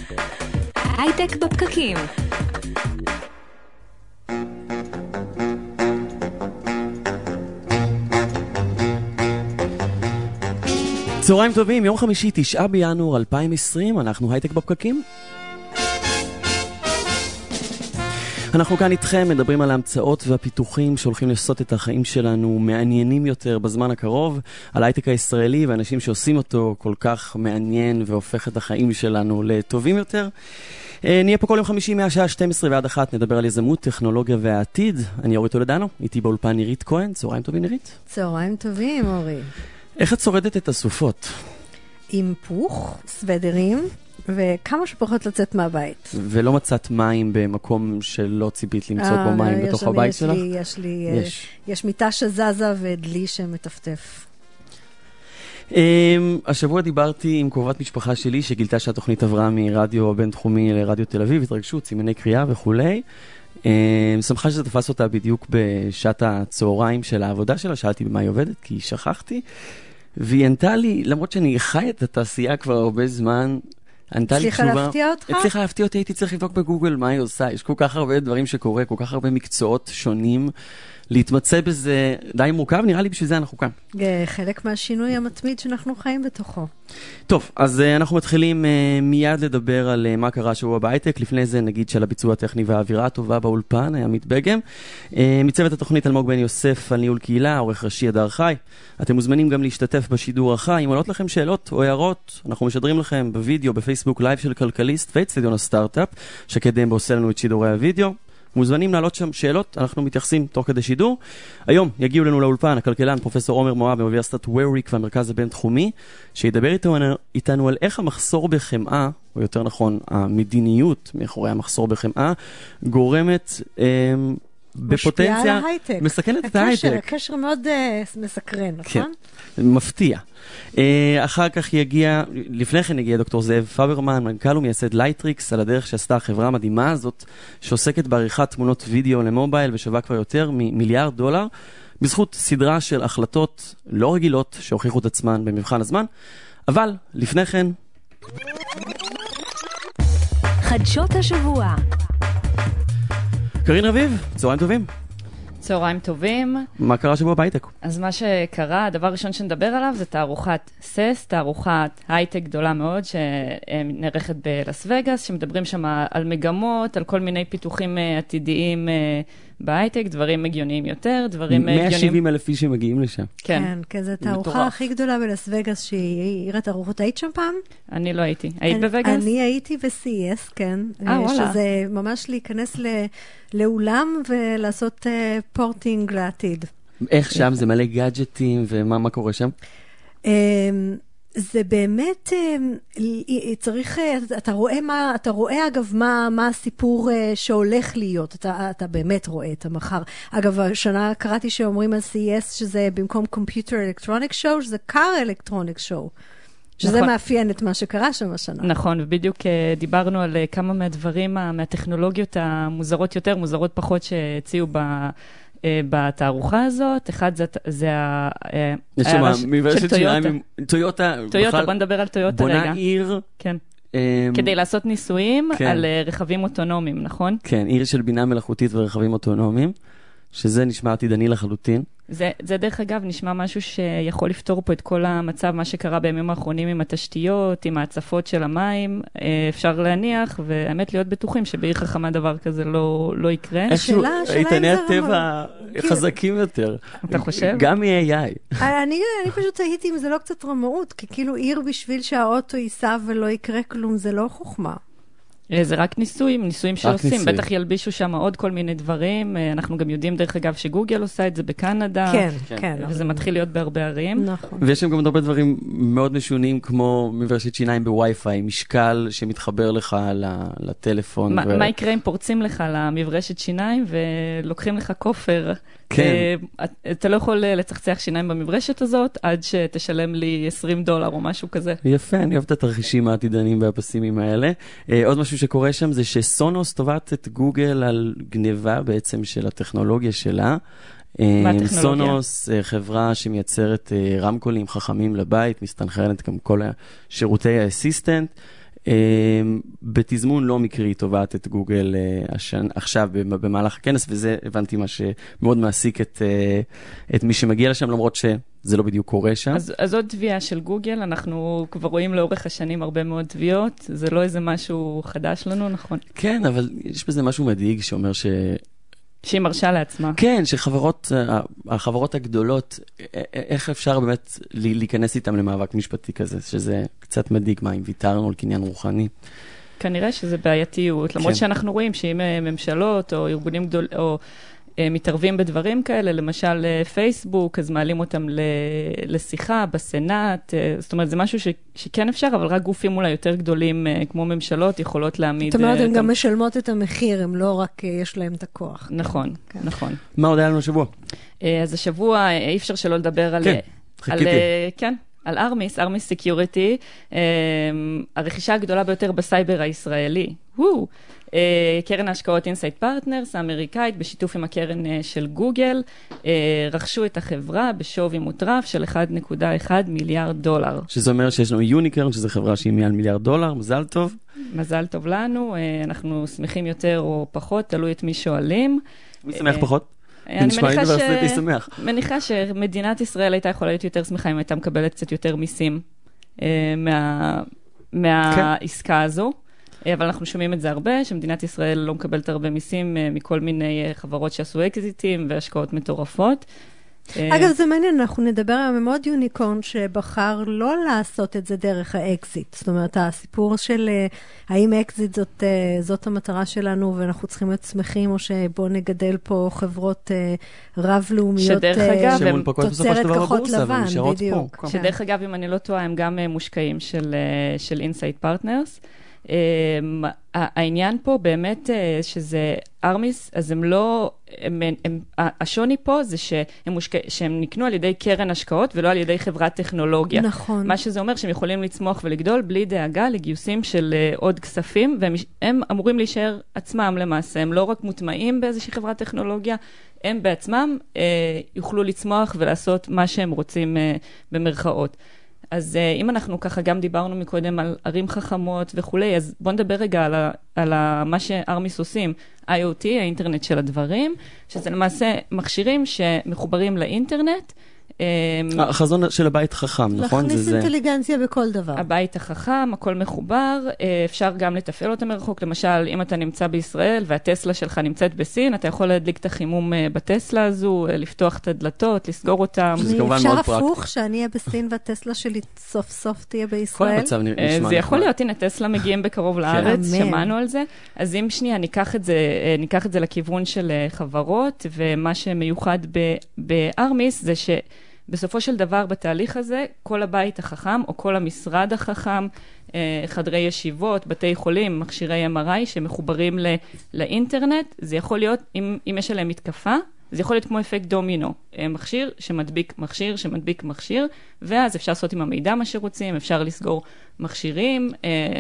הייטק בפקקים. צהריים טובים, יום חמישי 9 בינואר 2020, אנחנו הייטק בפקקים. אנחנו כאן איתכם מדברים על ההמצאות והפיתוחים שהולכים לעשות את החיים שלנו מעניינים יותר בזמן הקרוב, על ההייטק הישראלי ואנשים שעושים אותו כל כך מעניין והופך את החיים שלנו לטובים יותר. נהיה פה כל יום חמישי מהשעה 12 ועד 1, נדבר על יזמות, טכנולוגיה והעתיד. אני אורי טולדנו, איתי באולפן נירית כהן. צהריים טובים נירית. צהריים טובים אורי. איך את שורדת את הסופות? עם פוך, סוודרים, וכמה שפחות לצאת מהבית. ולא מצאת מים במקום שלא ציפית למצוא בו מים בתוך הבית שלך? יש מיטה שזזה ודלי שמטפטף. השבוע דיברתי עם קרובת משפחה שלי שגילתה שהתוכנית עברה מרדיו בינתחומי לרדיו תל אביב, התרגשות, סימני קריאה וכולי. שמחה שזה תפס אותה בדיוק בשעת הצהריים של העבודה שלה, שאלתי במה היא עובדת, כי שכחתי, והיא ענתה לי, למרות שאני חי את התעשייה כבר הרבה זמן, הצליחה להפתיע אותך? הצליחה להפתיע אותי, הייתי צריך לבדוק בגוגל מה היא עושה, יש כל כך הרבה דברים שקורה, כל כך הרבה מקצועות שונים, להתמצא בזה די מורכב, נראה לי בשביל זה אנחנו כאן. חלק מהשינוי המתמיד שאנחנו חיים בתוכו. טוב, אז אנחנו מתחילים מיד לדבר על מה קרה שבוע בהייטק. לפני זה נגיד של הביצוע הטכני והאווירה הטובה באולפן, היה מתבגם. מצוות התוכנית אלמוג בן יוסף על ניהול קהילה, עורך ראשי הדר חי. אתם מוזמנים גם להשתתף בשידור החי. אם עולות לכם שאלות או הערות, אנחנו משדרים לכם בווידאו, בפייסבוק לייב של כלכליסט ואצטדיון הסטארט-אפ, שקדם ועושה לנו את שידורי הווידאו. מוזמנים לעלות שם שאלות, אנחנו מתייחסים תוך כדי שידור. היום יגיעו לנו לאולפן הכלכלן פרופסור עומר מואב מאוניברסיטת ווריק והמרכז הבינתחומי, שידבר איתנו על איך המחסור בחמאה, או יותר נכון המדיניות מאחורי המחסור בחמאה, גורמת בפוטנציה, מסכנת את ההייטק. הקשר מאוד מסקרן, נכון? מפתיע. אחר כך לפני כן יגיע דוקטור זאב פברמן, מנכ"ל ומייסד לייטריקס, על הדרך שעשתה החברה המדהימה הזאת, שעוסקת בעריכת תמונות וידאו למובייל ושווה כבר יותר $1 מיליארד, בזכות סדרה של החלטות לא רגילות שהוכיחו את עצמן במבחן הזמן. אבל לפני כן חדשות השבוע. קרין רביב, צהריים טובים. צהריים טובים. מה קרה שבוע בהייטק? אז מה שקרה, הדבר הראשון שנדבר עליו זה תערוכת סס, תערוכת הייטק גדולה מאוד שנערכת בלס וגאס, שמדברים שם על מגמות, על כל מיני פיתוחים עתידיים בהייטק, דברים הגיוניים יותר, דברים הגיוניים... 170,000 איש שמגיעים לשם. כן, כזה תערוכה הכי גדולה בלס וגאס שהיא עירה תערוכות. היית שם פעם? אני לא הייתי. היית בווגאס? אני הייתי ב-CES, כן. וואלה. שזה ממש להיכנס לאולם ולעשות פורטינג לעתיד. איך שם? זה מלא גאדג'טים ומה קורה שם? זה באמת, צריך, אתה רואה אגב מה הסיפור שהולך להיות, אתה באמת רואה את המחר. אגב, השנה קראתי שאומרים על CES שזה במקום Computer Electronic Show, שזה Car Electronic Show, שזה מאפיין את מה שקרה שם השנה. נכון, ובדיוק דיברנו על כמה מהדברים, מהטכנולוגיות המוזרות יותר, מוזרות פחות שהציעו בתערוכה הזאת. אחד זה ההערה של טויוטה. טויוטה, בוא נדבר על טויוטה רגע. בונה עיר. כן. כדי לעשות ניסויים על רכבים אוטונומיים, נכון? כן, עיר של בינה מלאכותית ורכבים אוטונומיים, שזה נשמע עתידני לחלוטין. זה דרך אגב נשמע משהו שיכול לפתור פה את כל המצב, מה שקרה בימים האחרונים עם התשתיות, עם ההצפות של המים, אפשר להניח, והאמת להיות בטוחים שבעיר חכמה דבר כזה לא יקרה. איכשהו, איתני הטבע חזקים יותר. אתה חושב? גם מ-AI. אני פשוט הייתי אם זה לא קצת רמאות, כי כאילו עיר בשביל שהאוטו ייסע ולא יקרה כלום, זה לא חוכמה. זה רק ניסויים שעושים, בטח ילבישו שם עוד כל מיני דברים, אנחנו גם יודעים דרך אגב שגוגל עושה את זה בקנדה, כן. וזה מתחיל להיות בהרבה ערים. נכון. ויש שם גם הרבה דברים מאוד משונים, כמו מברשת שיניים בווי-פיי, משקל שמתחבר לך לטלפון. מה יקרה אם פורצים לך למברשת שיניים ולוקחים לך כופר? כן. אתה לא יכול לצחצח שיניים במברשת הזאת, עד שתשלם לי $20 או משהו כזה. יפה, אני אוהב את התרחישים העתידניים והפסימיים האלה. עוד משהו שקורה שם זה שסונוס תובעת את גוגל על גניבה בעצם של הטכנולוגיה שלה. מה הטכנולוגיה? סונוס, חברה שמייצרת רמקולים חכמים לבית, מסתנכרנת גם כל שירותי האסיסטנט. בתזמון לא מקרי תובעת את גוגל עכשיו במהלך הכנס, וזה הבנתי מה שמאוד מעסיק את מי שמגיע לשם, למרות שזה לא בדיוק קורה שם. אז עוד תביעה של גוגל, אנחנו כבר רואים לאורך השנים הרבה מאוד תביעות, זה לא איזה משהו חדש לנו, נכון? כן, אבל יש בזה משהו מדאיג שאומר שהיא מרשה לעצמה. כן, החברות הגדולות, איך אפשר באמת להיכנס איתם למאבק משפטי כזה, שזה קצת מדאיג, מה אם ויתרנו על קניין רוחני. כנראה שזה בעייתיות, למרות שאנחנו רואים שאם ממשלות או ארגונים גדולים, או מתערבים בדברים כאלה, למשל פייסבוק, אז מעלים אותם לשיחה בסנאט, זאת אומרת, זה משהו שכן אפשר, אבל רק גופים אולי יותר גדולים, כמו ממשלות, יכולות להעמיד... זאת אומרת, הן גם משלמות את המחיר, הם לא רק יש להם את הכוח. נכון, נכון. מה עוד היה לנו השבוע? אז השבוע אי אפשר שלא לדבר על... כן, חיכיתי. כן. על ארמיס סקיוריטי, הרכישה הגדולה ביותר בסייבר הישראלי. קרן ההשקעות אינסייט פרטנרס האמריקאית, בשיתוף עם הקרן של גוגל, רכשו את החברה בשווי מוטרף של $1.1 מיליארד. שזה אומר שיש לנו יוניקרן, שזו חברה שהיא מעל $1 מיליארד, מזל טוב. מזל טוב לנו, אנחנו שמחים יותר או פחות, תלוי את מי שואלים. מי שמח פחות? אני מניחה שמדינת ישראל הייתה יכולה להיות יותר שמחה אם הייתה מקבלת קצת יותר מיסים מהעסקה הזו, אבל אנחנו שומעים את זה הרבה, שמדינת ישראל לא מקבלת הרבה מיסים מכל מיני חברות שעשו אקזיטים והשקעות מטורפות. אגב, זה מעניין, אנחנו נדבר היום מאוד יוניקורן שבחר לא לעשות את זה דרך האקזיט. זאת אומרת, הסיפור של האם אקזיט זאת המטרה שלנו ואנחנו צריכים להיות שמחים, או שבוא נגדל פה חברות רב-לאומיות תוצרת כוחות לבן, בדיוק. שדרך אגב, אם אני לא טועה, הם גם מושקעים של אינסייט פרטנרס. העניין פה באמת שזה ארמיס, אז הם לא, השוני פה זה שהם נקנו על ידי קרן השקעות ולא על ידי חברת טכנולוגיה. נכון. מה שזה אומר שהם יכולים לצמוח ולגדול בלי דאגה לגיוסים של עוד כספים, והם אמורים להישאר עצמם למעשה, הם לא רק מוטמעים באיזושהי חברת טכנולוגיה, הם בעצמם יוכלו לצמוח ולעשות מה שהם רוצים במרכאות. אז אם אנחנו ככה גם דיברנו מקודם על ערים חכמות וכולי, אז בואו נדבר רגע על מה שארמיס עושים, IoT, האינטרנט של הדברים, שזה למעשה מכשירים שמחוברים לאינטרנט. החזון של הבית חכם, נכון? להכניס אינטליגנציה בכל דבר. הבית החכם, הכל מחובר, אפשר גם לתפעל אותה מרחוק, למשל, אם אתה נמצא בישראל והטסלה שלך נמצאת בסין, אתה יכול להדליק את החימום בטסלה הזו, לפתוח את הדלתות, לסגור אותם. אפשר הפוך, שאני אהיה בסין והטסלה שלי סוף סוף תהיה בישראל? כל המצב נשמע. זה יכול להיות, הנה, טסלה מגיעים בקרוב לארץ, שמענו על זה. אז אם שנייה, ניקח את זה לכיוון של חברות, ומה שמיוחד בארמיס זה בסופו של דבר בתהליך הזה, כל הבית החכם או כל המשרד החכם, חדרי ישיבות, בתי חולים, מכשירי MRI שמחוברים לאינטרנט, זה יכול להיות, אם יש עליהם מתקפה, זה יכול להיות כמו אפקט דומינו, מכשיר שמדביק מכשיר, שמדביק מכשיר, ואז אפשר לעשות עם המידע מה שרוצים, אפשר לסגור מכשירים.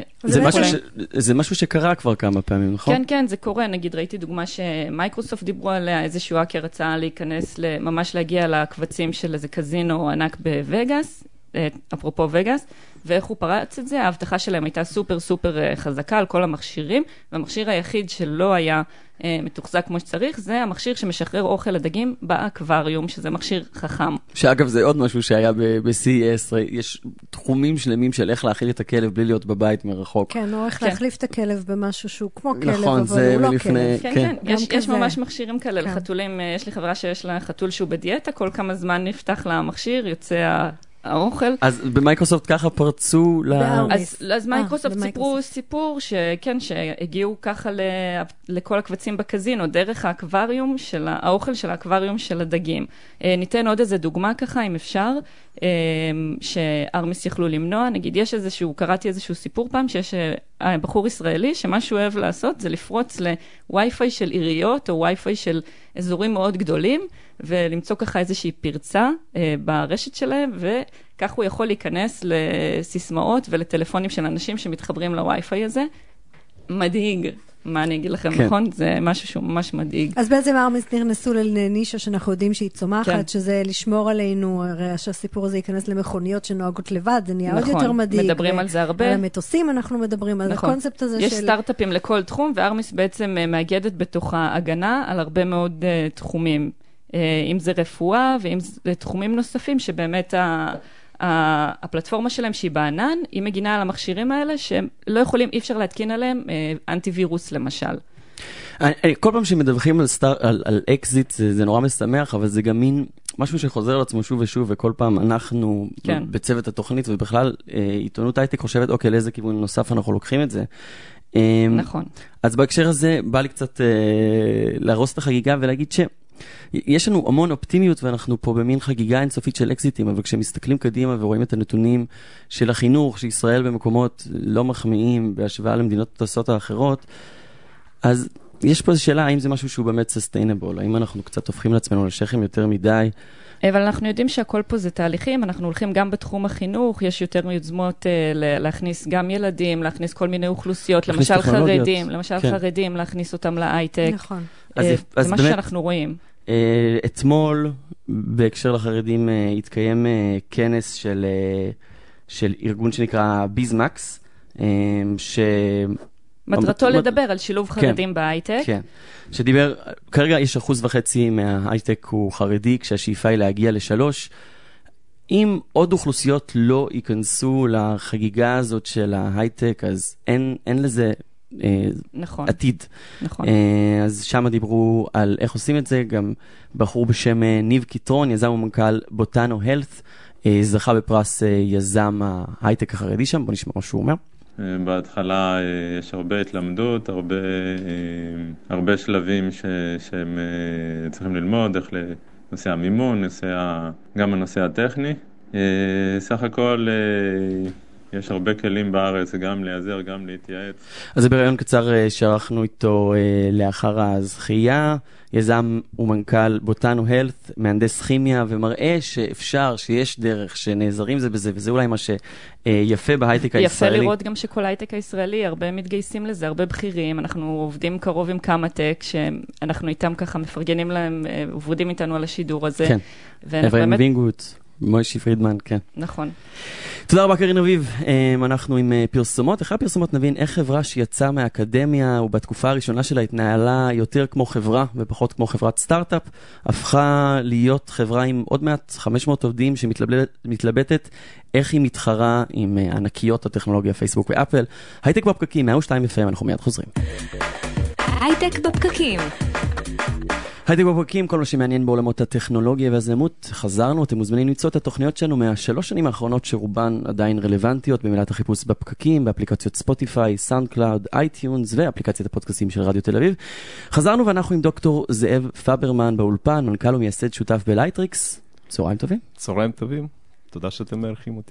זה משהו שקרה כבר כמה פעמים, נכון? כן, כן, זה קורה. נגיד, ראיתי דוגמה שמייקרוסופט דיברו עליה, איזשהו האקר רצה להיכנס, ממש להגיע לקבצים של איזה קזינו ענק בווגאס, אפרופו וגאס, ואיך הוא פרץ את זה, ההבטחה שלהם הייתה סופר סופר חזקה על כל המכשירים, והמכשיר היחיד שלא היה מתוחזק כמו שצריך, זה המכשיר שמשחרר אוכל לדגים באקווריום, שזה מכשיר חכם. שאגב, זה עוד משהו שהיה ב-CES, יש תחומים שלמים של איך להאכיל את הכלב בלי להיות בבית מרחוק. כן, או איך להחליף את הכלב במשהו שהוא כמו כלב, נכון, אבל הוא לא כלב. כן, כן, יש ממש מכשירים כאלה לחתולים, יש לי חברה שיש לה חתול שהוא בדיאטה, כל כמה זמן נפתח לה המכשיר, יוצא האוכל. אז במייקרוסופט ככה פרצו אז מייקרוסופט סיפרו סיפור שכן, שהגיעו ככה לכל הקבצים בקזינו, דרך האקווריום של האוכל של האקווריום של הדגים. ניתן עוד איזה דוגמה ככה, אם אפשר, שארמיס יכלו למנוע. נגיד, יש איזשהו, קראתי איזשהו סיפור פעם, שיש בחור ישראלי, שמה שהוא אוהב לעשות, זה לפרוץ לווי-פיי של עיריות, או ווי-פיי של אזורים מאוד גדולים, ולמצוא ככה איזושהי פרצה ברשת שלהם, וכך הוא יכול להיכנס לסיסמאות ולטלפונים של אנשים שמתחברים לווי-פיי הזה. מדהיג, מה אני אגיד לכם, כן. נכון? זה משהו שהוא ממש מדאיג. אז בעצם ארמיס נכנסו לנישה שאנחנו יודעים שהיא צומחת, כן. שזה לשמור עלינו, הרי שהסיפור הזה ייכנס למכוניות שנוהגות לבד, זה נהיה עוד נכון, יותר מדאיג. מדברים על זה הרבה. על המטוסים אנחנו מדברים, על נכון. הקונספט הזה יש של... סטארט-אפים לכל תחום, וארמיס בעצם מאגדת בתוכה הגנה על הרבה מאוד תחומים. אם זה רפואה, ואם זה תחומים נוספים, שבאמת הפלטפורמה שלהם שהיא בענן, היא מגינה על המכשירים האלה, שהם לא יכולים, אי אפשר להתקין עליהם אנטיווירוס למשל. כל פעם שמדווחים על אקזיט, זה נורא משמח, אבל זה גם מין משהו שחוזר על עצמו שוב ושוב, וכל פעם אנחנו כן. בצוות התוכנית, ובכלל עיתונות הייטק חושבת, אוקיי, לאיזה כיוון נוסף אנחנו לוקחים את זה. נכון. אז בהקשר הזה בא לי קצת להרוס את החגיגה ולהגיד יש לנו המון אופטימיות ואנחנו פה במין חגיגה אינסופית של אקזיטים, אבל כשמסתכלים קדימה ורואים את הנתונים של החינוך, שישראל במקומות לא מחמיאים בהשוואה למדינות התעשיות האחרות, אז יש פה איזו שאלה, האם זה משהו שהוא באמת sustainable, האם אנחנו קצת הופכים לעצמנו לשכם יותר מדי? אבל אנחנו יודעים שהכל פה זה תהליכים, אנחנו הולכים גם בתחום החינוך, יש יותר יוזמות להכניס גם ילדים, להכניס כל מיני אוכלוסיות, למשל חרדים, חרדים, להכניס אותם להייטק. נכון. זה מה שאנחנו רואים. אתמול, בהקשר לחרדים, התקיים כנס של ארגון שנקרא ביזמקס, מטרתו לדבר על שילוב חרדים בהייטק. כן, שדיבר, כרגע יש 1.5% מההייטק הוא חרדי, כשהשאיפה היא להגיע ל3. אם עוד אוכלוסיות לא ייכנסו לחגיגה הזאת של ההייטק, אז אין לזה נכון. עתיד. נכון. אז שם דיברו על איך עושים את זה, גם בחור בשם ניב קיטרון, יזם ומנכ"ל בוטנו הלת', זכה בפרס יזם ההייטק החרדי שם, בוא נשמע מה שהוא אומר. בהתחלה יש הרבה התלמדות, הרבה שלבים שהם צריכים ללמוד, איך לנושא המימון, גם הנושא הטכני. סך הכל יש הרבה כלים בארץ, גם להיעזר, גם להתייעץ. אז זה ברעיון קצר שערכנו איתו לאחר הזכייה, יזם ומנכ"ל בוטנו הלת', מהנדס כימיה, ומראה שאפשר, שיש דרך, שנעזרים זה בזה, וזה אולי מה שיפה בהייטק הישראלי. יפה לראות גם שכל ההייטק הישראלי, הרבה מתגייסים לזה, הרבה בכירים, אנחנו עובדים קרוב עם כמה טק, שאנחנו איתם ככה מפרגנים להם, עובדים איתנו על השידור הזה. כן, אברהם וינגוט. מוישי פרידמן, כן. נכון. תודה רבה קרין אביב. אנחנו עם פרסומות. אחרי הפרסומות נבין איך חברה שיצאה מהאקדמיה ובתקופה הראשונה שלה התנהלה יותר כמו חברה ופחות כמו חברת סטארט-אפ, הפכה להיות חברה עם עוד מעט 500 עובדים שמתלבטת איך היא מתחרה עם ענקיות הטכנולוגיה, פייסבוק ואפל. הייטק בפקקים, 102 FM, אנחנו מיד חוזרים. הייטק בפקקים. הייטק בפקקים, כל מה שמעניין בעולמות הטכנולוגיה והזמות. חזרנו, אתם מוזמנים למצוא את התוכניות שלנו מה3 שנים האחרונות שרובן עדיין רלוונטיות במילת החיפוש בפקקים, באפליקציות ספוטיפיי, סאונד קלאוד, אייטיונס ואפליקציית הפודקאסטים של רדיו תל אביב. חזרנו ואנחנו עם דוקטור זאב פברמן באולפן, מנכ"ל ומייסד שותף בלייטריקס. צהריים טובים. צהריים טובים. תודה שאתם מארחים אותי.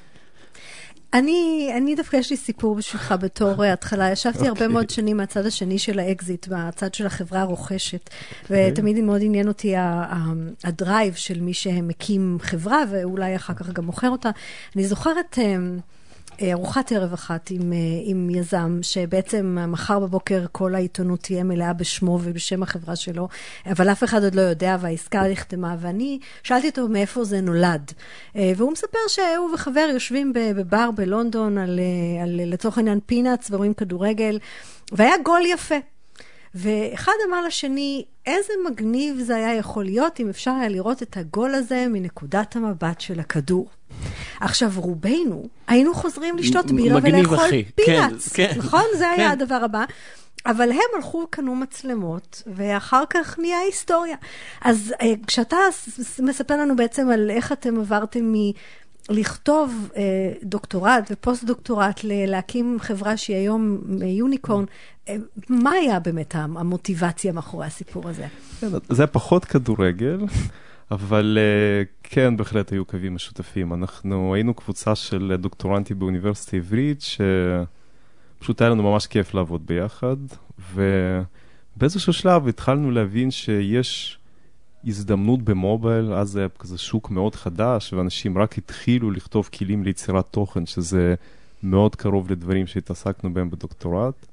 אני דווקא יש לי סיפור בשבילך בתור התחלה. ישבתי הרבה מאוד שנים מהצד השני של האקזיט, מהצד של החברה הרוכשת, ותמיד מאוד עניין אותי הדרייב של מי שמקים חברה, ואולי אחר כך גם מוכר אותה. אני זוכרת ארוחת ערב אחת עם יזם, שבעצם מחר בבוקר כל העיתונות תהיה מלאה בשמו ובשם החברה שלו, אבל אף אחד עוד לא יודע, והעסקה נחתמה, ואני שאלתי אותו מאיפה זה נולד. והוא מספר שהוא וחבר יושבים בבר בלונדון לצורך העניין פינאץ, ורואים כדורגל, והיה גול יפה. ואחד אמר לשני, איזה מגניב זה היה יכול להיות אם אפשר היה לראות את הגול הזה מנקודת המבט של הכדור. עכשיו רובנו היינו חוזרים לשתות בירה ולאכול פינאץ, נכון? זה היה הדבר הבא. אבל הם הלכו קנו מצלמות, ואחר כך נהיה היסטוריה. אז כשאתה מספר לנו בעצם על איך אתם עברתם לכתוב דוקטורט ופוסט דוקטורט, להקים חברה שהיא היום יוניקורן, מה היה באמת המוטיבציה מאחורי הסיפור הזה? זה היה פחות כדורגל, אבל כן, בהחלט היו קווים משותפים. אנחנו היינו קבוצה של דוקטורנטים באוניברסיטה העברית, שפשוט היה לנו ממש כיף לעבוד ביחד, ובאיזשהו שלב התחלנו להבין שיש הזדמנות במובייל, אז זה היה כזה שוק מאוד חדש, ואנשים רק התחילו לכתוב כלים ליצירת תוכן, שזה מאוד קרוב לדברים שהתעסקנו בהם בדוקטורט.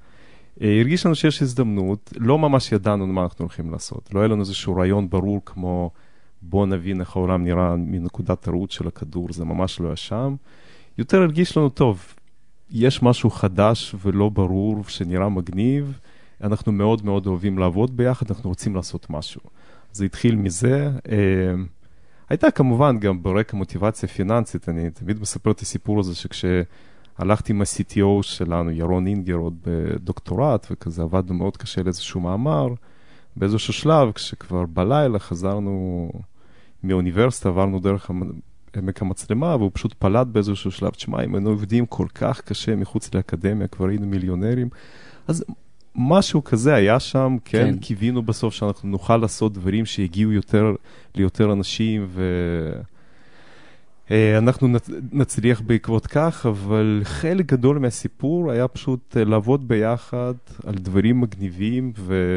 הרגיש לנו שיש הזדמנות, לא ממש ידענו מה אנחנו הולכים לעשות. לא היה לנו איזשהו רעיון ברור כמו בוא נבין איך העולם נראה מנקודת הראות של הכדור, זה ממש לא היה שם. יותר הרגיש לנו טוב, יש משהו חדש ולא ברור שנראה מגניב, אנחנו מאוד מאוד אוהבים לעבוד ביחד, אנחנו רוצים לעשות משהו. זה התחיל מזה. הייתה כמובן גם ברקע מוטיבציה פיננסית, אני תמיד מספר את הסיפור הזה שכשהלכתי עם ה-CTO שלנו, ירון אינגר, עוד בדוקטורט, וכזה עבדנו מאוד קשה לאיזשהו מאמר, באיזשהו שלב, כשכבר בלילה חזרנו מאוניברסיטה, עברנו דרך עמק המצלמה, והוא פשוט פלט באיזשהו שלב, תשמע, אם היינו עובדים כל כך קשה מחוץ לאקדמיה, כבר היינו מיליונרים, אז משהו כזה היה שם, כן, קיווינו בסוף שאנחנו נוכל לעשות דברים שיגיעו ליותר אנשים, ואנחנו נצליח בעקבות כך, אבל חלק גדול מהסיפור היה פשוט לעבוד ביחד על דברים מגניבים,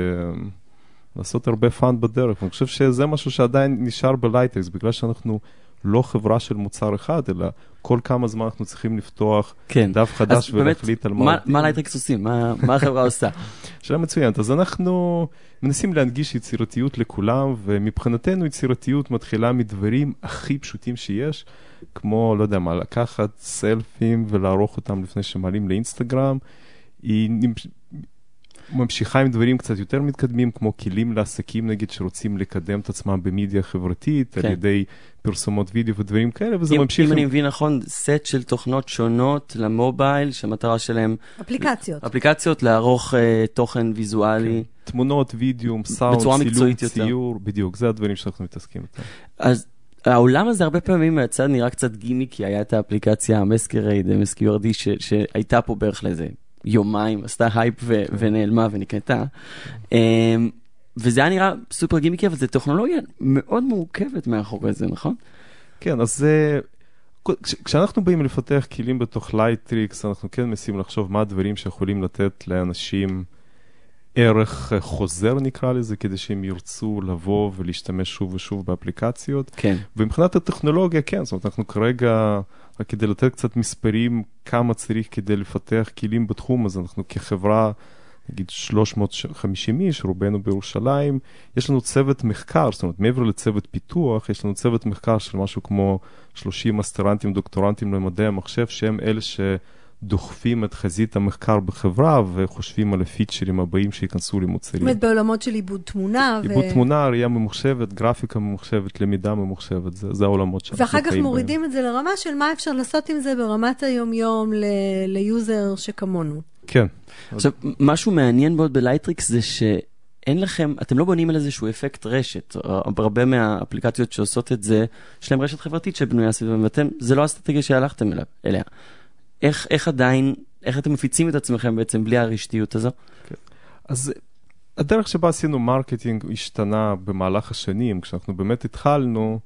ולעשות הרבה פאן בדרך. אני חושב שזה משהו שעדיין נשאר בלייטקס, בגלל שאנחנו לא חברה של מוצר אחד, אלא כל כמה זמן אנחנו צריכים לפתוח דף חדש ולהחליט על מה... מה לייטקס עושים? מה החברה עושה? שאלה מצוינת. אז אנחנו מנסים להנגיש יצירתיות לכולם, ומבחינתנו יצירתיות מתחילה מדברים הכי פשוטים שיש, כמו, לא יודע מה, לקחת סלפים ולערוך אותם לפני שמעלים לאינסטגרם. היא ממשיכה עם דברים קצת יותר מתקדמים, כמו כלים לעסקים, נגיד, שרוצים לקדם את עצמם במדיה חברתית, על ידי פרסומות וידאו ודברים כאלה, וזה ממשיך... אם אני מבין נכון, סט של תוכנות שונות למובייל, שהמטרה שלהם... אפליקציות לערוך תוכן ויזואלי. תמונות, וידאו, סאונד, צילום, ציור, בדיוק, זה הדברים שאנחנו מתעסקים איתם. אז העולם הזה הרבה פעמים מהצד נראה קצת גימי, כי היה את האפליקציה המסקרייד, MSQRD, שהייתה פה בערך לזה יומיים, עשתה הייפ ונעלמה ונקנתה. וזה היה נראה סופר גימיקי, אבל זו טכנולוגיה מאוד מורכבת מאחורי זה, נכון? כן, אז כשאנחנו באים לפתח כלים בתוך לייטריקס, אנחנו כן מנסים לחשוב מה הדברים שיכולים לתת לאנשים ערך חוזר, נקרא לזה, כדי שהם ירצו לבוא ולהשתמש שוב ושוב באפליקציות. כן. ומבחינת הטכנולוגיה, כן, זאת אומרת, אנחנו כרגע, רק כדי לתת קצת מספרים, כמה צריך כדי לפתח כלים בתחום, אז אנחנו כחברה, נגיד 350 איש, רובנו בירושלים, יש לנו צוות מחקר, זאת אומרת, מעבר לצוות פיתוח, יש לנו צוות מחקר של משהו כמו 30 אסטרנטים, דוקטורנטים למדעי המחשב, שהם אלה דוחפים את חזית המחקר בחברה, וחושבים על הפיצ'רים הבאים שיכנסו למוצרים. זאת אומרת, בעולמות של עיבוד תמונה. עיבוד תמונה, ראייה ממוחשבת, גרפיקה ממוחשבת, למידה ממוחשבת, זה העולמות שאנחנו ואחר כך מורידים את זה לרמה של מה אפשר לעשות עם זה ברמת היום-יום ליוזר שכמונו. כן. עכשיו, משהו מעניין מאוד בלייטריקס זה שאין לכם, אתם לא בונים על איזשהו אפקט רשת. הרבה מהאפליקציות שעושות את זה, יש להם רשת חברתית שבנויה סביבם, ואתם, זה לא האסטרטגיה שהלכתם אליה. איך אתם מפיצים את עצמכם בעצם בלי הרשתיות הזו? אז הדרך שבה עשינו מרקטינג השתנה במהלך השנים, כשאנחנו באמת התחלנו,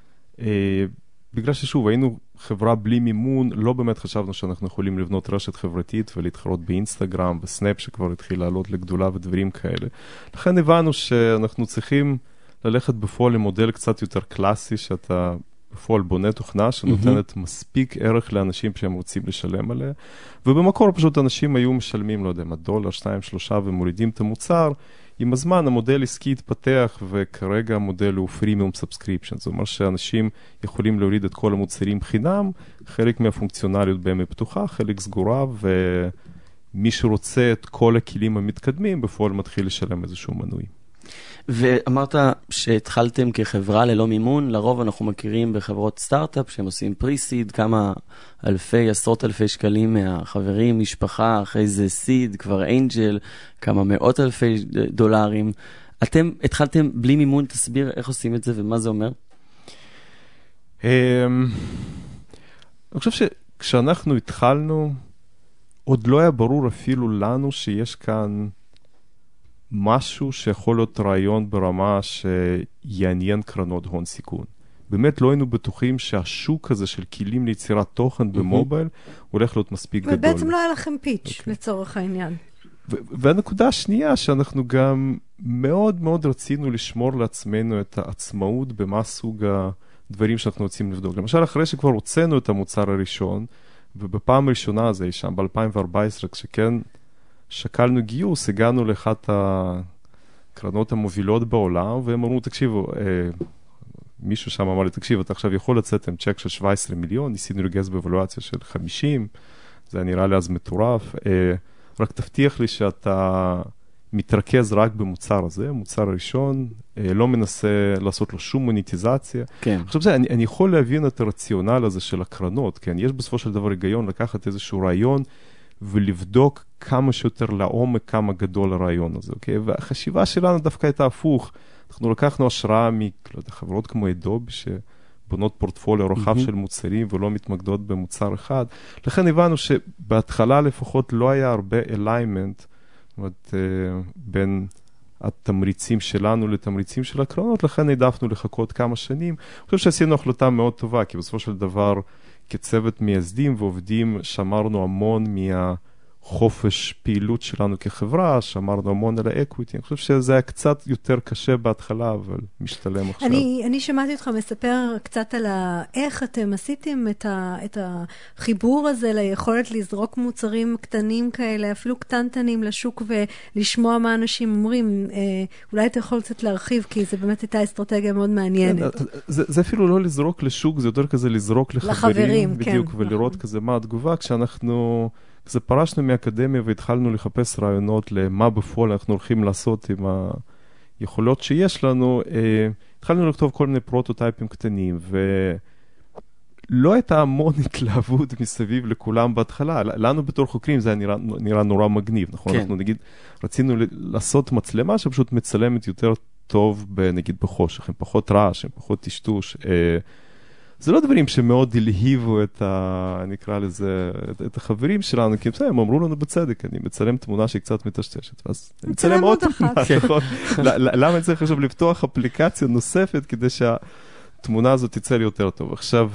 בגלל ששוב, היינו חברה בלי מימון, לא באמת חשבנו שאנחנו יכולים לבנות רשת חברתית ולהתחרות באינסטגרם, בסנאפ שכבר התחיל לעלות לגדולה ודברים כאלה. לכן הבנו שאנחנו צריכים ללכת בפועל למודל קצת יותר קלאסי, שאתה בפועל בונה תוכנה שנותנת מספיק ערך לאנשים שהם רוצים לשלם עליה, ובמקור פשוט אנשים היו משלמים, לא יודע, $1, $2, $3 ומורידים את המוצר. עם הזמן המודל עסקי התפתח, וכרגע המודל הוא Freemium Subscription. זאת אומרת שאנשים יכולים להוריד את כל המוצרים חינם, חלק מהפונקציונליות בהם היא פתוחה, חלק סגורה, ומי שרוצה את כל הכלים המתקדמים, בפועל מתחיל לשלם איזשהו מנוי. ואמרת שהתחלתם כחברה ללא מימון, לרוב אנחנו מכירים בחברות סטארט-אפ שהם עושים פרי-סיד, כמה אלפי, עשרות אלפי שקלים מהחברים, משפחה, אחרי זה סיד, כבר אנג'ל, כמה מאות אלפי דולרים. אתם התחלתם בלי מימון, תסביר איך עושים את זה ומה זה אומר? אני חושב שכשאנחנו התחלנו, עוד לא היה ברור אפילו לנו שיש כאן משהו שיכול להיות רעיון ברמה שיעניין קרנות הון סיכון. באמת לא היינו בטוחים שהשוק הזה של כלים ליצירת תוכן במובייל הולך להיות מספיק גדול. ובעצם לא היה לכם פיץ' לצורך העניין. והנקודה השנייה שאנחנו גם מאוד מאוד רצינו לשמור לעצמנו את העצמאות במה סוג הדברים שאנחנו רוצים לבדוק. למשל, אחרי שכבר הוצאנו את המוצר הראשון, ובפעם הראשונה הזה, שם ב-2014, כשכן שקלנו גיוס, הגענו לאחת הקרנות המובילות בעולם, והם אמרו, תקשיבו, מישהו שם אמר לי, תקשיב, אתה עכשיו יכול לצאת עם צ'ק של 17 מיליון, ניסינו לגייס באבלואציה של 50, זה נראה לי אז מטורף, רק תבטיח לי שאתה מתרכז רק במוצר הזה, מוצר הראשון, לא מנסה לעשות לו שום מוניטיזציה. כן. עכשיו, אני יכול להבין את הרציונל הזה של הקרנות, כן? יש בסופו של דבר היגיון לקחת איזשהו רעיון, ולבדוק כמה שיותר לעומק כמה גדול הרעיון הזה, אוקיי? והחשיבה שלנו דווקא הייתה הפוך. אנחנו לקחנו השראה מחברות כמו אדובי, שבונות פורטפוליו רחב של מוצרים ולא מתמקדות במוצר אחד. לכן הבנו שבהתחלה לפחות לא היה הרבה alignment, זאת אומרת, בין התמריצים שלנו לתמריצים של הקרנות, לכן העדפנו לחכות כמה שנים. אני חושב שעשינו החלטה מאוד טובה, כי בסופו של דבר, כצוות מייסדים ועובדים, שמרנו המון מהחופש פעילות שלנו כחברה, שמרנו המון על האקוויטי. אני חושב שזה היה קצת יותר קשה בהתחלה, אבל משתלם עכשיו. אני שמעתי אותך מספר קצת על איך אתם עשיתם את החיבור הזה ליכולת לזרוק מוצרים קטנים כאלה, אפילו קטנטנים לשוק ולשמוע מה אנשים אומרים. אולי אתה יכול קצת להרחיב, כי זה באמת הייתה אסטרטגיה מאוד מעניינת. זה אפילו לא לזרוק לשוק, זה יותר כזה לזרוק לחברים, בדיוק, ולראות כזה מה התגובה, כשאנחנו כזה פרשנו מהאקדמיה והתחלנו לחפש רעיונות למה בפועל אנחנו הולכים לעשות עם היכולות שיש לנו, התחלנו לכתוב כל מיני פרוטוטייפים קטנים, ולא הייתה המון התלהבות מסביב לכולם בהתחלה. לנו בתור חוקרים זה היה נראה נורא מגניב, נכון? כן. אנחנו נגיד, רצינו לעשות מצלמה שפשוט מצלמת יותר טוב, נגיד בחושך, עם פחות רעש, עם פחות טשטוש. זה לא דברים שמאוד הלהיבו נקרא לזה, את החברים שלנו, כי הם אמרו לנו בצדק, אני מצלם תמונה שהיא קצת מטשטשת, ואז אני מצלם עוד תמונה, נכון? למה אני צריך עכשיו לפתוח אפליקציה נוספת, כדי שהתמונה הזאת תצא לי יותר טוב? עכשיו,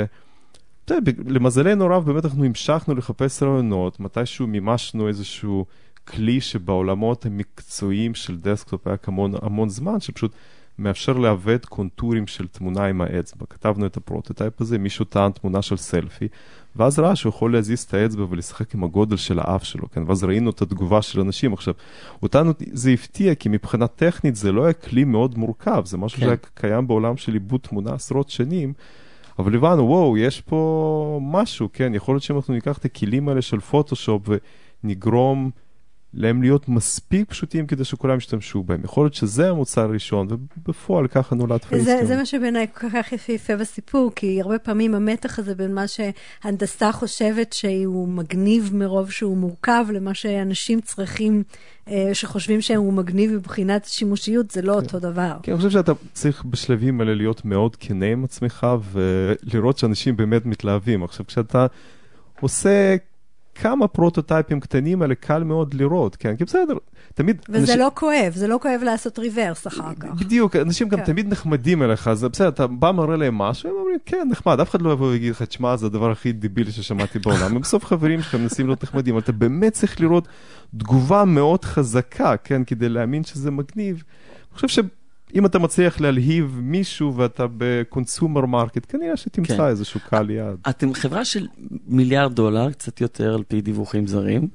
למזלנו רב, באמת אנחנו המשכנו לחפש רעיונות, מתישהו מימשנו איזשהו כלי שבעולמות המקצועיים של דסקטופ היה המון זמן, שפשוט מאפשר לעבד קונטורים של תמונה עם האצבע. כתבנו את הפרוטוטייפ הזה, מישהו טען תמונה של סלפי, ואז ראה שהוא יכול להזיז את האצבע ולשחק עם הגודל של האף שלו, כן? ואז ראינו את התגובה של אנשים. עכשיו, אותנו זה הפתיע, כי מבחינה טכנית זה לא היה כלי מאוד מורכב, זה משהו שהיה קיים בעולם של עיבוד תמונה עשרות שנים, אבל הבנו, וואו, יש פה משהו, כן? יכול להיות שאם אנחנו ניקח את הכלים האלה של פוטושופ ונגרום להם להיות מספיק פשוטים כדי שכולם ישתמשו בהם. יכול להיות שזה המוצר הראשון, ובפועל ככה נולד פייסטון. זה מה שבעיניי כל כך יפה בסיפור, כי הרבה פעמים המתח הזה בין מה שהנדסה חושבת שהוא מגניב מרוב שהוא מורכב, למה שאנשים צריכים, שחושבים שהוא מגניב מבחינת שימושיות, זה לא אותו דבר. כן, אני חושב שאתה צריך בשלבים האלה להיות מאוד כנה עם עצמך, ולראות שאנשים באמת מתלהבים. עכשיו, כשאתה עושה כמה פרוטוטייפים קטנים האלה קל מאוד לראות, כן? כי בסדר, תמיד... וזה לא כואב, זה לא כואב לעשות ריברס אחר כך. בדיוק, אנשים גם תמיד נחמדים אליך, אז בסדר, אתה בא מראה להם משהו, הם אומרים, כן, נחמד, אף אחד לא יבוא ויגיד לך, תשמע, זה הדבר הכי דיבילי ששמעתי בעולם. בסוף חברים שלך מנסים להיות נחמדים, אבל אתה באמת צריך לראות תגובה מאוד חזקה, כן? כדי להאמין שזה מגניב. אני חושב אם אתה מצליח להלהיב מישהו ואתה בקונסומר מרקט, כנראה שתמצא איזשהו קהל יעד. אתם חברה של $1 מיליארד, קצת יותר על פי דיווחים זרים.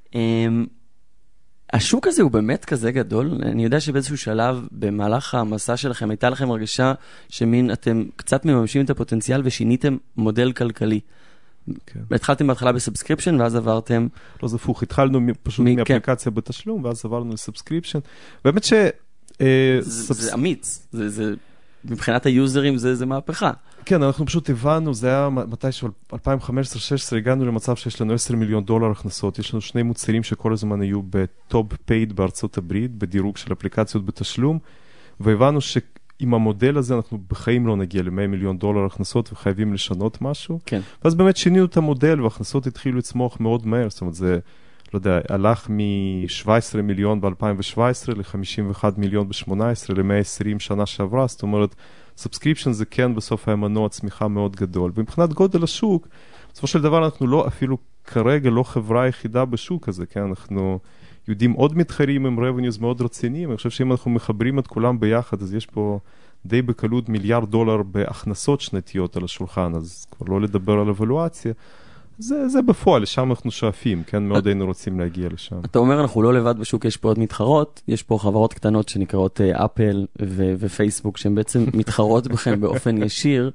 השוק הזה הוא באמת כזה גדול. אני יודע שבאיזשהו שלב במהלך המסע שלכם הייתה לכם הרגשה שמין אתם קצת מממשים את הפוטנציאל ושיניתם מודל כלכלי. התחלתם בהתחלה בסאבסקריפשן ואז עברתם... לא, זה הפוך. התחלנו פשוט מאפליקציה בתשלום ואז עברנו לסאבסקריפשן. באמת זה אמיץ, מבחינת היוזרים זה מהפכה. כן, אנחנו פשוט הבנו, זה היה מתישהו 2015-2016, הגענו למצב שיש לנו $10 מיליון הכנסות, יש לנו 2 מוצרים שכל הזמן היו בטופ פייד בארצות הברית, בדירוג של אפליקציות בתשלום, והבנו שעם המודל הזה אנחנו בחיים לא נגיע ל$100 מיליון הכנסות וחייבים לשנות משהו. כן. ואז באמת שינינו את המודל וההכנסות התחילו לצמוח מאוד מהר, זאת אומרת זה... לא יודע, הלך מ-17 מיליון ב-2017 ל-51 מיליון ב-18 ל-120 שנה שעברה, זאת אומרת, סאבסקריפשן זה כן בסוף היה מנוע צמיחה מאוד גדול, ומבחינת גודל השוק, בסופו של דבר אנחנו לא, אפילו כרגע לא חברה היחידה בשוק הזה, כן, אנחנו יודעים עוד מתחרים עם revenues מאוד רציניים, אני חושב שאם אנחנו מחברים את כולם ביחד, אז יש פה די בקלות $1 מיליארד בהכנסות שנתיות על השולחן, אז כבר לא לדבר על אבלואציה, זה בפועל, לשם אנחנו שואפים, כן, מאוד היינו רוצים להגיע לשם. אתה אומר, אנחנו לא לבד בשוק, יש פה עוד מתחרות, יש פה חברות קטנות שנקראות אפל ופייסבוק, שהן בעצם מתחרות בכם באופן ישיר.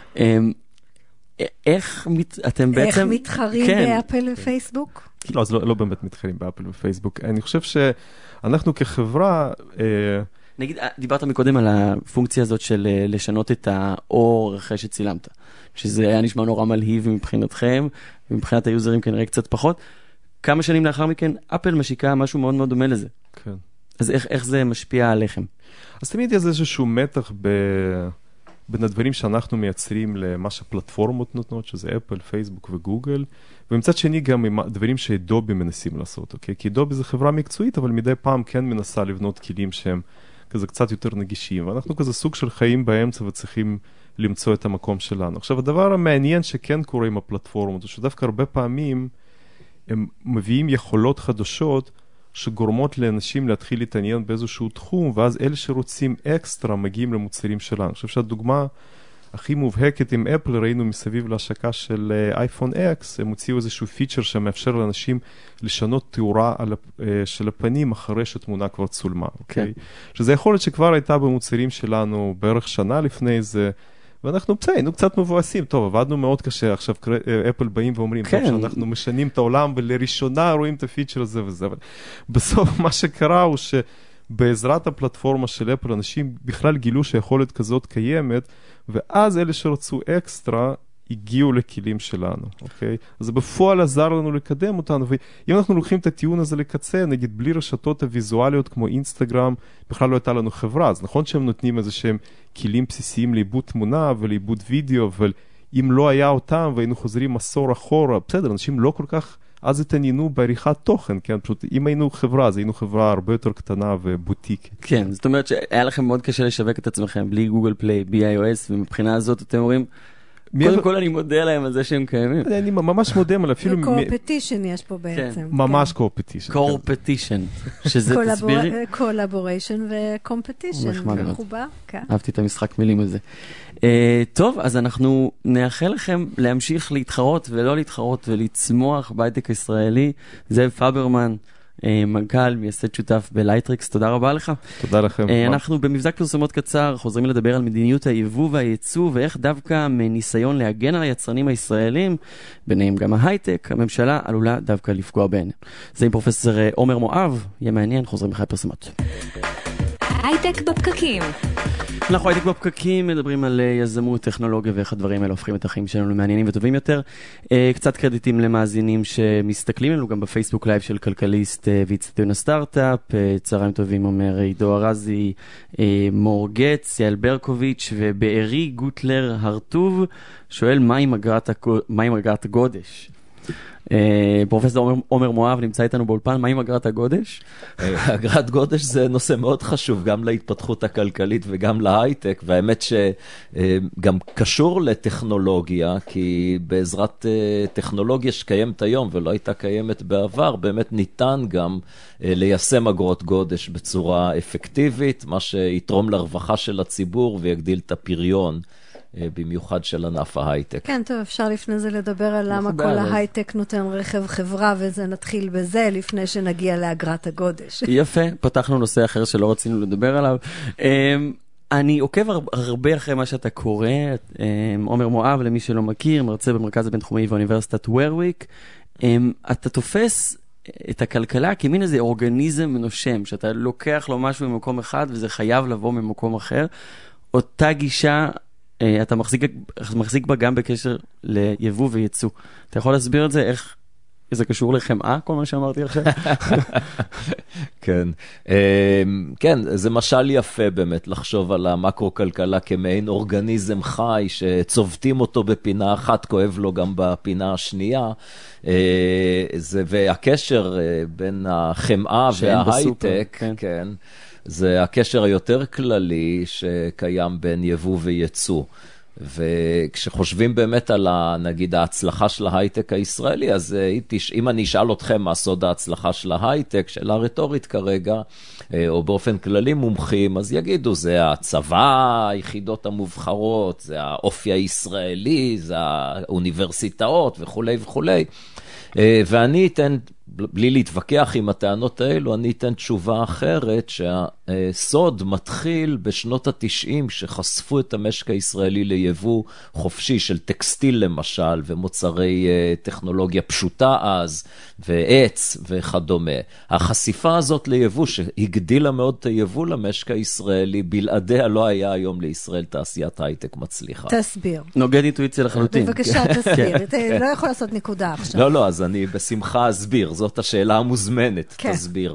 איך אתם בעצם... איך מתחרים באפל ופייסבוק? לא, אז לא באמת מתחרים באפל ופייסבוק. אני חושב שאנחנו כחברה... נגיד, דיברת מקודם על הפונקציה הזאת של לשנות את האור אחרי שצילמת, שזה היה נשמע נורא מלהיב מבחינתכם, ומבחינת היוזרים כנראה קצת פחות. כמה שנים לאחר מכן, אפל משיקה משהו מאוד מאוד דומה לזה. כן. אז איך זה משפיע עליכם? אז תמיד יש איזשהו מתח בין הדברים שאנחנו מייצרים למה שהפלטפורמות נותנות, שזה אפל, פייסבוק וגוגל, ומצד שני גם עם דברים שאדובי מנסים לעשות, אוקיי? כי אדובי זה חברה מקצועית, אבל מדי פעם כן מנסה לבנות כלים שהם כזה קצת יותר נגישים, ואנחנו כזה סוג של חיים באמצע וצריכים למצוא את המקום שלנו. עכשיו, הדבר המעניין שכן קורה עם הפלטפורמות, הוא שדווקא הרבה פעמים הם מביאים יכולות חדשות שגורמות לאנשים להתחיל להתעניין באיזשהו תחום, ואז אלה שרוצים אקסטרה מגיעים למוצרים שלנו. אני חושב שהדוגמה הכי מובהקת עם אפל, ראינו מסביב להשקה של אייפון אקס, הם הוציאו איזשהו פיצ'ר שמאפשר לאנשים לשנות תאורה של הפנים אחרי שתמונה כבר צולמה, אוקיי? שזה יכול להיות שכבר הייתה במוצרים שלנו בערך שנה לפני זה, ואנחנו היינו קצת מבואסים, טוב, עבדנו מאוד קשה, עכשיו אפל באים ואומרים, טוב, שאנחנו משנים את העולם, ולראשונה רואים את הפיצ'ר הזה וזה, אבל בסוף מה שקרה הוא שבעזרת הפלטפורמה של אפל, אנשים בכלל גילו שיכולת כזאת קיימת, ואז אלה שרצו אקסטרה, הגיעו לכלים שלנו, אוקיי? אז זה בפועל עזר לנו לקדם אותנו, ואם אנחנו לוקחים את הטיעון הזה לקצה, נגיד בלי רשתות הוויזואליות כמו אינסטגרם, בכלל לא הייתה לנו חברה, אז נכון שהם נותנים איזה שהם כלים בסיסיים לעיבוד תמונה ולעיבוד וידאו, אבל אם לא היה אותם והיינו חוזרים עשור אחורה, בסדר, אנשים לא כל כך אז התעניינו בעריכת תוכן, כן? פשוט אם היינו חברה, אז היינו חברה הרבה יותר קטנה ובוטיקית. כן, זאת אומרת שהיה לכם מאוד קשה לשווק את עצמכם בלי גוגל פליי, בלי iOS, ומבחינה הזאת אתם אומרים, קודם כל אני מודה להם על זה שהם קיימים. אני ממש מודה על אפילו... קורפטישן יש פה בעצם. ממש קורפטישן. קורפטישן, שזה תסבירי? קולבוריישן וקומפטישן. מחובר, כן. אהבתי את המשחק מילים הזה. טוב, אז אנחנו נאחל לכם להמשיך להתחרות ולא להתחרות ולצמוח בהייטק הישראלי. זאב פברמן, מנכ"ל, מייסד שותף בלייטריקס, תודה רבה לך. תודה לכם. אנחנו במבזק פרסומות קצר חוזרים לדבר על מדיניות היבוא והייצוא, ואיך דווקא מניסיון להגן על היצרנים הישראלים, ביניהם גם ההייטק, הממשלה עלולה דווקא לפגוע בהן. זה עם פרופסור עומר מואב, יהיה מעניין, חוזרים אחרי הפרסומות. הייטק בפקקים. אנחנו הייטק בפקקים, מדברים על יזמות, טכנולוגיה ואיך הדברים האלה הופכים את החיים שלנו למעניינים וטובים יותר. קצת קרדיטים למאזינים שמסתכלים לנו גם בפייסבוק לייב של כלכליסט ואצטדיון הסטארט-אפ. צהריים טובים אומר עידו ארזי, מור גץ, יעל ברקוביץ' ובארי גוטלר הרטוב שואל מה עם אגרת הגודש? פרופסור עומר מואב נמצא איתנו באולפן, מה עם אגרת הגודש? אגרת גודש זה נושא מאוד חשוב, גם להתפתחות הכלכלית וגם להייטק, והאמת שגם קשור לטכנולוגיה, כי בעזרת טכנולוגיה שקיימת היום ולא הייתה קיימת בעבר, באמת ניתן גם ליישם אגרות גודש בצורה אפקטיבית, מה שיתרום לרווחה של הציבור ויגדיל את הפריון. במיוחד של ענף ההייטק. כן, טוב, אפשר לפני זה לדבר על למה כל ההייטק נותן רכב חברה, וזה נתחיל בזה לפני שנגיע לאגרת הגודש. יפה, פתחנו נושא אחר שלא רצינו לדבר עליו. אני עוקב הרבה אחרי מה שאתה קורא, עומר מואב, למי שלא מכיר, מרצה במרכז הבינתחומי ואוניברסיטת ורוויק. אתה תופס את הכלכלה כמין איזה אורגניזם נושם, שאתה לוקח לו משהו ממקום אחד, וזה חייב לבוא ממקום אחר. אותה גישה אתה מחזיק בה גם בקשר ליבוא וייצוא. אתה יכול להסביר את זה, איך זה קשור לחמאה, כל מה שאמרתי עכשיו? כן. כן, זה משל יפה באמת לחשוב על המקרו-כלכלה כמעין אורגניזם חי, שצובטים אותו בפינה אחת, כואב לו גם בפינה השנייה. והקשר בין החמאה וההייטק, כן. זה הקשר היותר כללי שקיים בין יבוא וייצוא. וכשחושבים באמת על, נגיד, ההצלחה של ההייטק הישראלי, אז אם אני אשאל אתכם מה סוד ההצלחה של ההייטק, שאלה רטורית כרגע, או באופן כללי מומחים, אז יגידו, זה הצבא, היחידות המובחרות, זה האופי הישראלי, זה האוניברסיטאות וכו' וכו'. ואני אתן, בלי להתווכח עם הטענות האלו, אני אתן תשובה אחרת, שהסוד מתחיל בשנות ה-90, שחשפו את המשק הישראלי ליבוא חופשי של טקסטיל למשל, ומוצרי טכנולוגיה פשוטה אז, ועץ וכדומה. החשיפה הזאת ליבוא, שהגדילה מאוד את היבוא למשק הישראלי, בלעדיה לא היה היום לישראל תעשיית הייטק מצליחה. תסביר. נוגד אינטואיציה לחלוטין. בבקשה, תסביר. לא יכול לעשות נקודה עכשיו. לא, אז אני בשמחה אסביר. זאת השאלה המוזמנת, תסביר.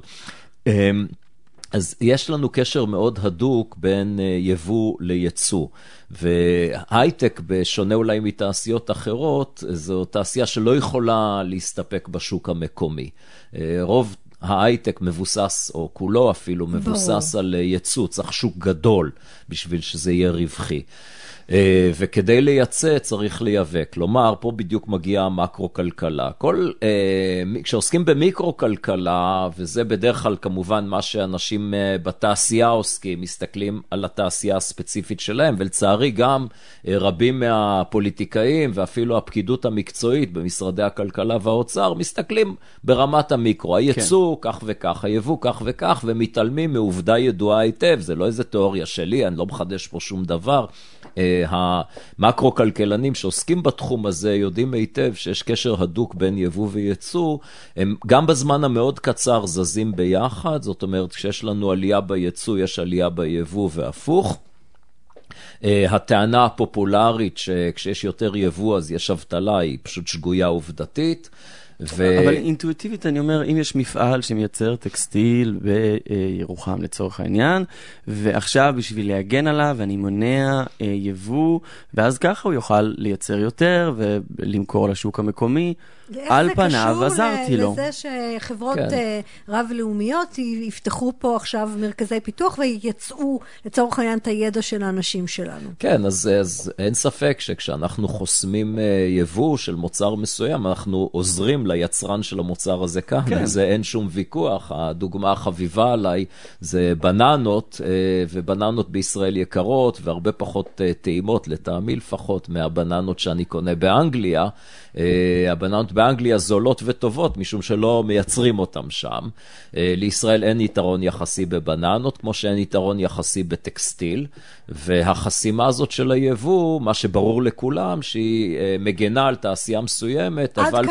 אז יש לנו קשר מאוד הדוק בין יבוא לייצוא, והייטק, בשונה אולי מתעשיות אחרות, זו תעשייה שלא יכולה להסתפק בשוק המקומי. רוב ההייטק מבוסס, או כולו אפילו, מבוסס על ייצוא, צריך שוק גדול בשביל שזה יהיה רווחי. וכדי לייצא צריך לייבא. כלומר, פה בדיוק מגיעה המקרו-כלכלה. כשעוסקים במיקרו-כלכלה, וזה בדרך כלל כמובן מה שאנשים בתעשייה עוסקים, מסתכלים על התעשייה הספציפית שלהם, ולצערי גם רבים מהפוליטיקאים, ואפילו הפקידות המקצועית במשרדי הכלכלה והאוצר, מסתכלים ברמת המיקרו. הייצוא כך וכך, היבוא כך וכך, ומתעלמים מעובדה ידועה היטב. זה לא איזה תיאוריה שלי, אני לא מחדש פה שום דבר. המקרו-כלכלנים שעוסקים בתחום הזה יודעים היטב שיש קשר הדוק בין יבוא וייצוא, הם גם בזמן המאוד קצר זזים ביחד, זאת אומרת כשיש לנו עלייה ביצוא יש עלייה ביבוא והפוך. הטענה הפופולרית שכשיש יותר יבוא אז יש אבטלה היא פשוט שגויה עובדתית. אבל אינטואיטיבית אני אומר, אם יש מפעל שמייצר טקסטיל בירוחם לצורך העניין, ועכשיו בשביל להגן עליו אני מונע יבוא, ואז ככה הוא יוכל לייצר יותר ולמכור לשוק המקומי, על פניו עזרתי לו. לזה שחברות רב-לאומיות יפתחו פה עכשיו מרכזי פיתוח ויצאו לצורך העניין את הידע של האנשים שלנו. כן, אז אין ספק שכשאנחנו חוסמים יבוא של מוצר מסוים, אנחנו עוזרים ליצרן של המוצר הזה כאן, וזה אין שום ויכוח. הדוגמה החביבה עליי זה בננות, ובננות בישראל יקרות, והרבה פחות טעימות, לטעמי לפחות, מהבננות שאני קונה באנגליה. הבננות באנגליה זולות וטובות, משום שלא מייצרים אותם שם. לישראל אין יתרון יחסי בבננות, כמו שאין יתרון יחסי בטקסטיל, והחסימה הזאת של היבוא, מה שברור לכולם, שהיא מגנה על תעשייה מסוימת, אבל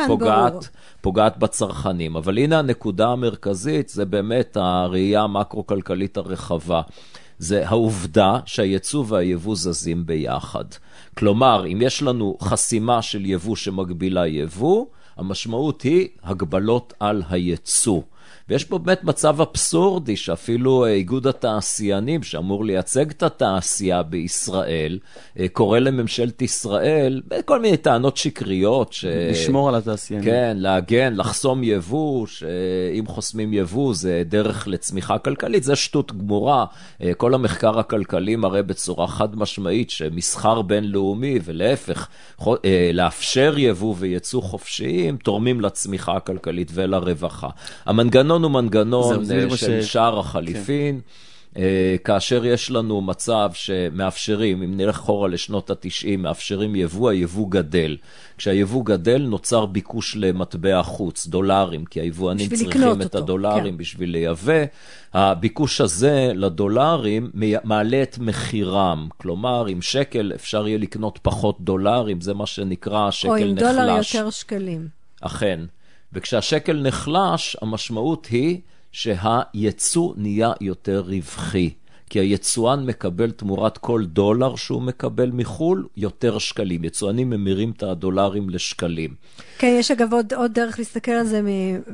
פוגעת בצרכנים. אבל הנה הנקודה המרכזית, זה באמת הראייה המקרו-כלכלית הרחבה. זה העובדה שהייצוא והיבוא זזים ביחד. כלומר, אם יש לנו חסימה של יבוא שמגבילה יבוא, המשמעות היא הגבלות על הייצוא. ויש פה באמת מצב אבסורדי שאפילו איגוד התעשיינים שאמור לייצג את התעשייה בישראל, קורא לממשלת ישראל בכל מיני טענות שקריות. לשמור על התעשיינים. כן, להגן, לחסום יבוא, שאם חוסמים יבוא זה דרך לצמיחה כלכלית, זה שטות גמורה. כל המחקר הכלכלי מראה בצורה חד משמעית שמסחר בינלאומי ולהפך, לאפשר יבוא וייצוא חופשיים, תורמים לצמיחה הכלכלית ולרווחה. המנגנון הוא מנגנון של שער החליפין, כאשר יש לנו מצב שמאפשרים, אם נלך אחורה לשנות ה-90, מאפשרים יבוא, היבוא גדל. כשהיבוא גדל נוצר ביקוש למטבע חוץ, דולרים, כי היבואנים צריכים את הדולרים בשביל לייבא. הביקוש הזה לדולרים מעלה את מחירם, כלומר עם שקל אפשר יהיה לקנות פחות דולרים, זה מה שנקרא שקל נחלש. או עם דולר יותר שקלים. אכן. וכשהשקל נחלש, המשמעות היא שהייצוא נהיה יותר רווחי. כי היצואן מקבל תמורת כל דולר שהוא מקבל מחול יותר שקלים. יצואנים ממירים את הדולרים לשקלים. כן, יש אגב עוד דרך להסתכל על זה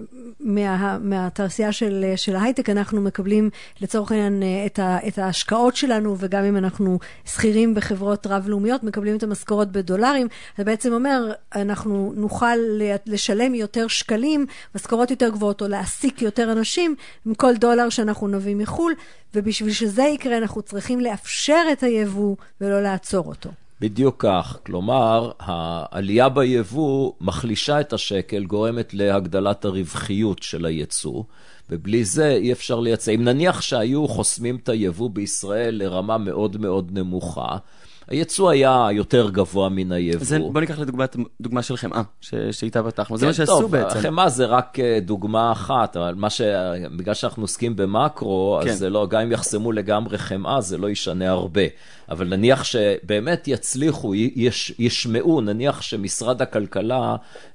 מהתעשייה של ההייטק. אנחנו מקבלים לצורך העניין את ההשקעות שלנו, וגם אם אנחנו שכירים בחברות רב-לאומיות, מקבלים את המשכורות בדולרים. זה בעצם אומר, אנחנו נוכל לשלם יותר שקלים, משכורות יותר גבוהות, או להעסיק יותר אנשים, עם כל דולר שאנחנו נביא מחול, ובשביל שזה יקרה אנחנו צריכים לאפשר את היבוא ולא לעצור אותו. בדיוק כך, כלומר, העלייה ביבוא מחלישה את השקל, גורמת להגדלת הרווחיות של הייצוא, ובלי זה אי אפשר לייצא. אם נניח שהיו חוסמים את היבוא בישראל לרמה מאוד מאוד נמוכה, הייצוא היה יותר גבוה מן היבוא. בוא ניקח לדוגמה של חמאה, שאיתה פתחנו. זה מה שעשו בעצם. חמאה זה רק דוגמה אחת, אבל בגלל שאנחנו עוסקים במקרו, אז זה לא, גם אם יחסמו לגמרי חמאה, זה לא ישנה הרבה. אבל נניח שבאמת יצליחו, ישמעו, נניח שמשרד הכלכלה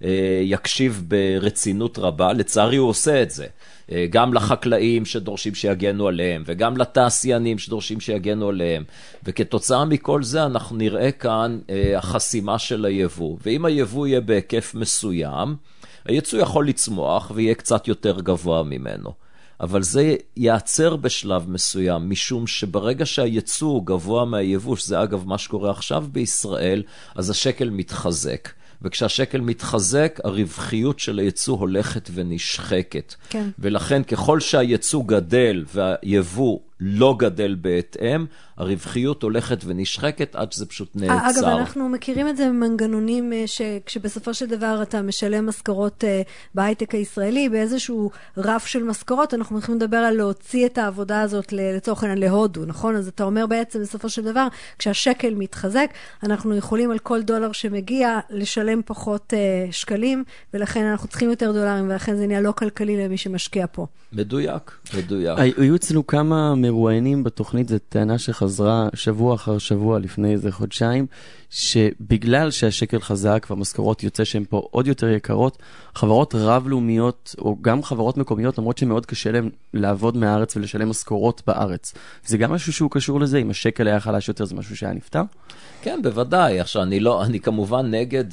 יקשיב ברצינות רבה, לצערי הוא עושה את זה. גם לחקלאים שדורשים שיגנו עליהם, וגם לתעשיינים שדורשים שיגנו עליהם. וכתוצאה מכל זה אנחנו נראה כאן החסימה של היבוא. ואם היבוא יהיה בהיקף מסוים, הייצוא יכול לצמוח ויהיה קצת יותר גבוה ממנו. אבל זה יעצר בשלב מסוים, משום שברגע שהייצוא גבוה מהיבוא, שזה אגב מה שקורה עכשיו בישראל, אז השקל מתחזק. וכשהשקל מתחזק, הרווחיות של הייצוא הולכת ונשחקת. כן. ולכן ככל שהייצוא גדל והיבוא לא גדל בהתאם, הרווחיות הולכת ונשחקת עד שזה פשוט נעצר. אגב, אנחנו מכירים את זה במנגנונים שכשבסופו של דבר אתה משלם משכורות בהייטק הישראלי, באיזשהו רף של משכורות, אנחנו יכולים לדבר על להוציא את העבודה הזאת לצורך העניין להודו, נכון? אז אתה אומר בעצם בסופו של דבר, כשהשקל מתחזק, אנחנו יכולים על כל דולר שמגיע לשלם פחות שקלים, ולכן אנחנו צריכים יותר דולרים, ולכן זה נהיה לא כלכלי למי שמשקיע פה. מדויק, מדויק. היו אצלנו כמה מרואיינים בתוכנית, זו טענה שחזרה שבוע אחר שבוע לפני איזה חודשיים, שבגלל שהשקל חזק והמשכורות יוצא שהן פה עוד יותר יקרות, חברות רב-לאומיות, או גם חברות מקומיות, למרות שמאוד קשה להם לעבוד מהארץ ולשלם משכורות בארץ. זה גם משהו שהוא קשור לזה, אם השקל היה חלש יותר, זה משהו שהיה נפתר? כן, בוודאי. עכשיו, אני כמובן נגד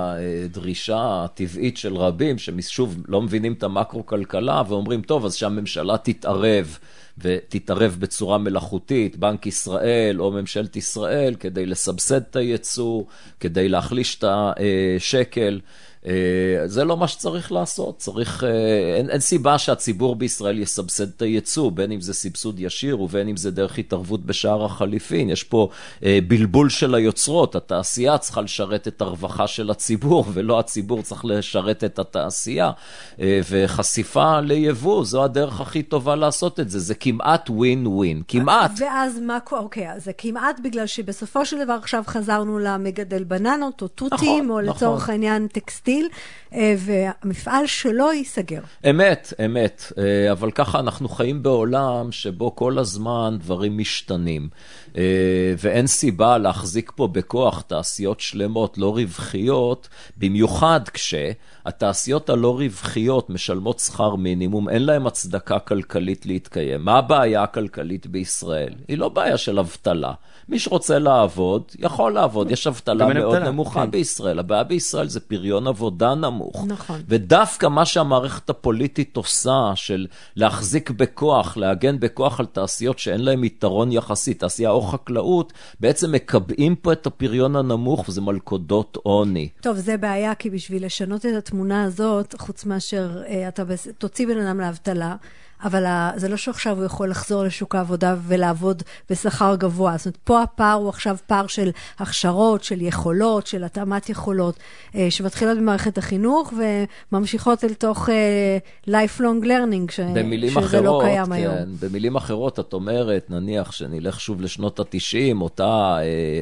הדרישה הטבעית של רבים, ששוב לא מבינים את המקרו-כלכלה, ואומרים, טוב, אז שהממשלה תתערב, ותתערב בצורה מלאכותית, בנק ישראל או ממשלת ישראל, כדי לסבסד את הייצוא, כדי להחליש את השקל. זה לא מה שצריך לעשות. צריך, אין סיבה שהציבור בישראל יסבסד את הייצוא, בין אם זה סבסוד ישיר ובין אם זה דרך התערבות בשער החליפין. יש פה בלבול של היוצרות. התעשייה צריכה לשרת את הרווחה של הציבור, ולא הציבור צריך לשרת את התעשייה. וחשיפה ליבוא, זו הדרך הכי טובה לעשות את זה. זה כמעט ווין ווין. כמעט. ואז מה, אוקיי, זה כמעט בגלל שבסופו של דבר עכשיו חזרנו למגדל בננות או טוטים, או לצורך העניין טקסטיל. והמפעל שלו ייסגר. אמת, אמת. אבל ככה אנחנו חיים בעולם שבו כל הזמן דברים משתנים. ואין סיבה להחזיק פה בכוח תעשיות שלמות לא רווחיות, במיוחד כשהתעשיות הלא רווחיות משלמות שכר מינימום, אין להם הצדקה כלכלית להתקיים. מה הבעיה הכלכלית בישראל? היא לא בעיה של אבטלה. מי שרוצה לעבוד, יכול לעבוד. יש אבטלה מאוד נמוכה בישראל. הבעיה בישראל זה פריון עבודה נמוך. נכון. ודווקא מה שהמערכת הפוליטית עושה, של להחזיק בכוח, להגן בכוח על תעשיות שאין להם יתרון יחסי, תעשייה או חקלאות, בעצם מקבעים פה את הפריון הנמוך, וזה מלכודות עוני. טוב, זה בעיה, כי בשביל לשנות את התמונה הזאת, חוץ מאשר אתה תוציא בן אדם לאבטלה, אבל זה לא שעכשיו הוא יכול לחזור לשוק העבודה ולעבוד בשכר גבוה. זאת אומרת, פה הפער הוא עכשיו פער של הכשרות, של יכולות, של התאמת יכולות, שמתחילות במערכת החינוך וממשיכות אל תוך lifelong learning, שזה לא קיים היום. כן, במילים אחרות, את אומרת, נניח שנלך שוב לשנות ה-90, אותה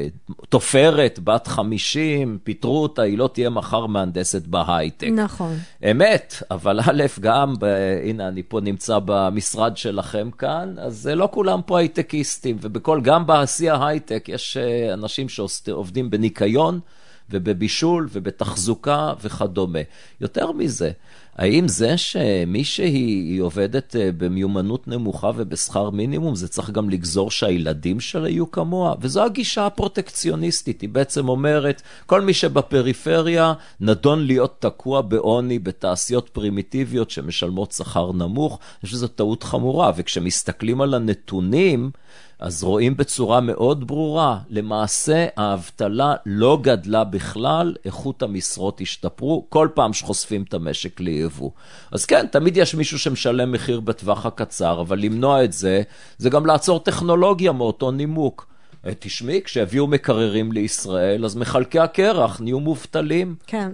תופרת, בת 50, פיתרו אותה, היא לא תהיה מחר מהנדסת בהייטק. נכון. אמת, אבל א' גם, הנה, אני פה נמצא במשרד שלכם כאן, אז לא כולם פה הייטקיסטים, גם בעשייה הייטק יש אנשים שעובדים בניקיון, ובבישול, ובתחזוקה וכדומה. יותר מזה, האם זה שמישהי עובדת במיומנות נמוכה ובשכר מינימום, זה צריך גם לגזור שהילדים שלה יהיו כמוה? וזו הגישה הפרוטקציוניסטית, היא בעצם אומרת, כל מי שבפריפריה נדון להיות תקוע בעוני, בתעשיות פרימיטיביות שמשלמות שכר נמוך, אני חושב שזו טעות חמורה, וכשמסתכלים על הנתונים, אז רואים בצורה מאוד ברורה, למעשה האבטלה לא גדלה בכלל, איכות המשרות השתפרו, כל פעם שחושפים את המשק ליבוא. אז כן, תמיד יש מישהו שמשלם מחיר בטווח הקצר, אבל למנוע את זה, זה גם לעצור טכנולוגיה מאותו נימוק. תשמעי, כשהביאו מקררים לישראל, אז מחלקי הקרח נהיו מובטלים. כן,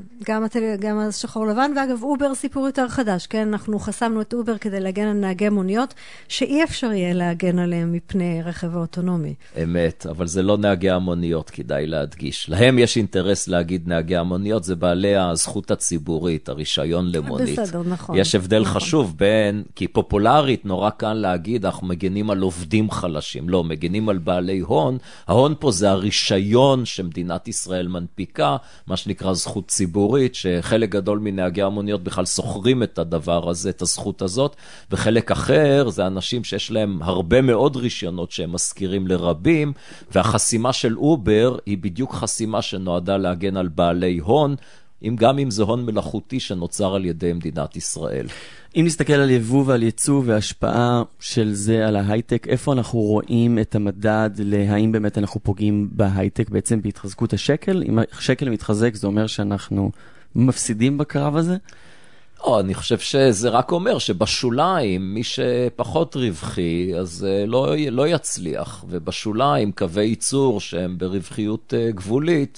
גם השחור לבן, ואגב, אובר סיפור יותר חדש, כן? אנחנו חסמנו את אובר כדי להגן על נהגי מוניות, שאי אפשר יהיה להגן עליהם מפני רכב האוטונומי. אמת, אבל זה לא נהגי המוניות, כדאי להדגיש. להם יש אינטרס להגיד נהגי המוניות, זה בעלי הזכות הציבורית, הרישיון למונית. בסדר, נכון. יש הבדל נכון. חשוב בין, כי פופולרית נורא כאן להגיד, אנחנו מגנים על עובדים חלשים, לא, מגנים על בעלי הון. ההון פה זה הרישיון שמדינת ישראל מנפיקה, מה שנקרא זכות ציבורית, שחלק גדול מנהגי המוניות בכלל סוחרים את הדבר הזה, את הזכות הזאת, וחלק אחר זה אנשים שיש להם הרבה מאוד רישיונות שהם מזכירים לרבים, והחסימה של אובר היא בדיוק חסימה שנועדה להגן על בעלי הון, גם אם זה הון מלאכותי שנוצר על ידי מדינת ישראל. אם נסתכל על יבוא ועל ייצוא וההשפעה של זה על ההייטק, איפה אנחנו רואים את המדד להאם באמת אנחנו פוגעים בהייטק בעצם בהתחזקות השקל? אם השקל מתחזק זה אומר שאנחנו מפסידים בקרב הזה? אני חושב שזה רק אומר שבשוליים, מי שפחות רווחי, אז לא יצליח, ובשוליים קווי ייצור שהם ברווחיות גבולית,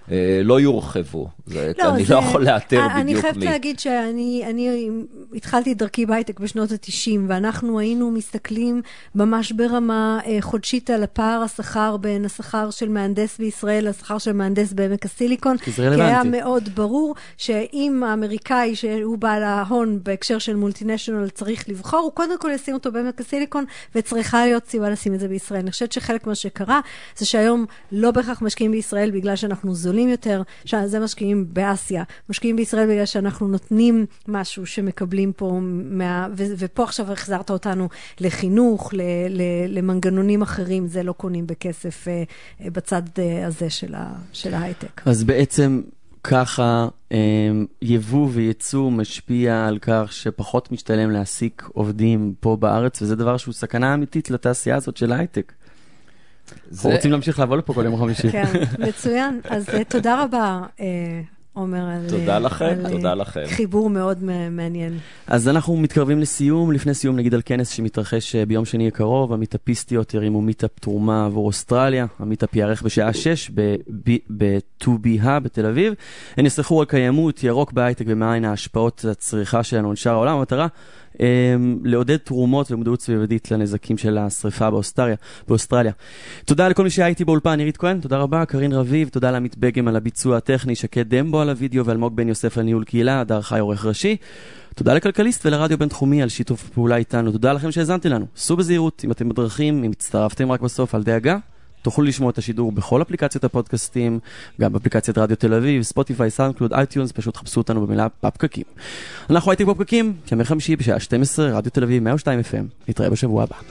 לא יורחבו. אני לא יכול לאתר בדיוק מי. אני חייבת להגיד שאני התחלתי את דרכי בהייטק בשנות ה-90, ואנחנו היינו מסתכלים ממש ברמה חודשית על הפער השכר בין השכר של מהנדס בישראל לשכר של מהנדס בעמק הסיליקון, כי היה מאוד ברור שאם האמריקאי שהוא בעל ההון בהקשר של מולטינשיונל צריך לבחור, הוא קודם כל ישים אותו בעמק הסיליקון, וצריכה להיות סיבה לשים את זה בישראל. אני חושבת שחלק מה שקרה זה שהיום לא בהכרח משקיעים בישראל בגלל שאנחנו זולים יותר, שזה משקיעים באסיה, משקיעים בישראל בגלל שאנחנו נותנים משהו שמקבלים פה, ופה עכשיו החזרת אותנו לחינוך, למנגנונים אחרים, זה לא קונים בכסף בצד הזה של ההייטק. אז בעצם ככה יבוא וייצוא משפיע על כך שפחות משתלם להעסיק עובדים פה בארץ, וזה דבר שהוא סכנה אמיתית לתעשייה הזאת של ההייטק. אנחנו רוצים להמשיך לעבוד פה כל יום חמישי. כן, מצוין. אז תודה רבה, עומר, תודה לכם, תודה לכם. חיבור מאוד מעניין. אז אנחנו מתקרבים לסיום. לפני סיום נגיד על כנס שמתרחש ביום שני הקרוב. המיטאפיסטיות ירימו מיטאפ תרומה עבור אוסטרליה. המיטאפ יערך בשעה 6 ב-2BH בתל אביב. הן יסחרו על קיימות, ירוק בהייטק ומעין ההשפעות הצריכה שלנו על שאר העולם. המטרה לעודד תרומות ומודעות סביבתית לנזקים של השריפה באוסטרליה. תודה לכל מי שהיה איתי באולפן, נירית כהן, תודה רבה, קרין רביב, תודה לעמית בגם על הביצוע הטכני, שקד דמבו על הוידאו ואלמוג בן יוסף על ניהול קהילה, הדר חי עורך ראשי. תודה לכלכליסט ולרדיו בינתחומי על שיתוף פעולה איתנו. תודה לכם שהזנתם לנו. סעו בזהירות, אם אתם בדרכים, אם הצטרפתם רק בסוף, אל דאגה. תוכלו לשמוע את השידור בכל אפליקציות הפודקאסטים, גם באפליקציית רדיו תל אביב, ספוטיפיי, סאונדקלוד, אייטיונס, פשוט חפשו אותנו במילה בפקקים. אנחנו הייטק בפקקים, ימי חמישי בשעה 12, רדיו תל אביב 102 FM. נתראה בשבוע הבא.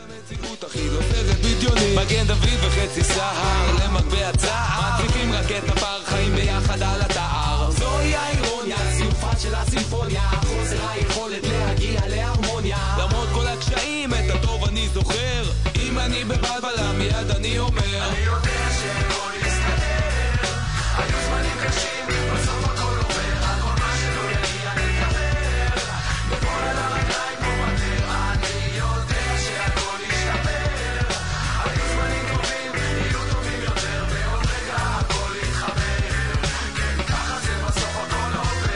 מגן דוד וחצי סהר, למגבי הצער, מדליקים רקטה פר, חיים ביחד על התאר. זוהי האירוניה, סיופה של הסימפוניה, חוסר היכולת להגיע להרמוניה. למרות כל הקשיים, את הטוב אני זוכר, אם אני בבלבלה מיד אני אומר, אני יודע שהכל יסתדר, היו זמנים קשים, בסוף הכל עובר, הכל מה שלא יגיע נקבר, בכל על הרגליים כמו מטר, אני יודע שהכל ישתפר, היו זמנים טובים, יהיו טובים יותר, בעוד רגע הכל יתחבר, כן ככה זה בסוף הכל עובר.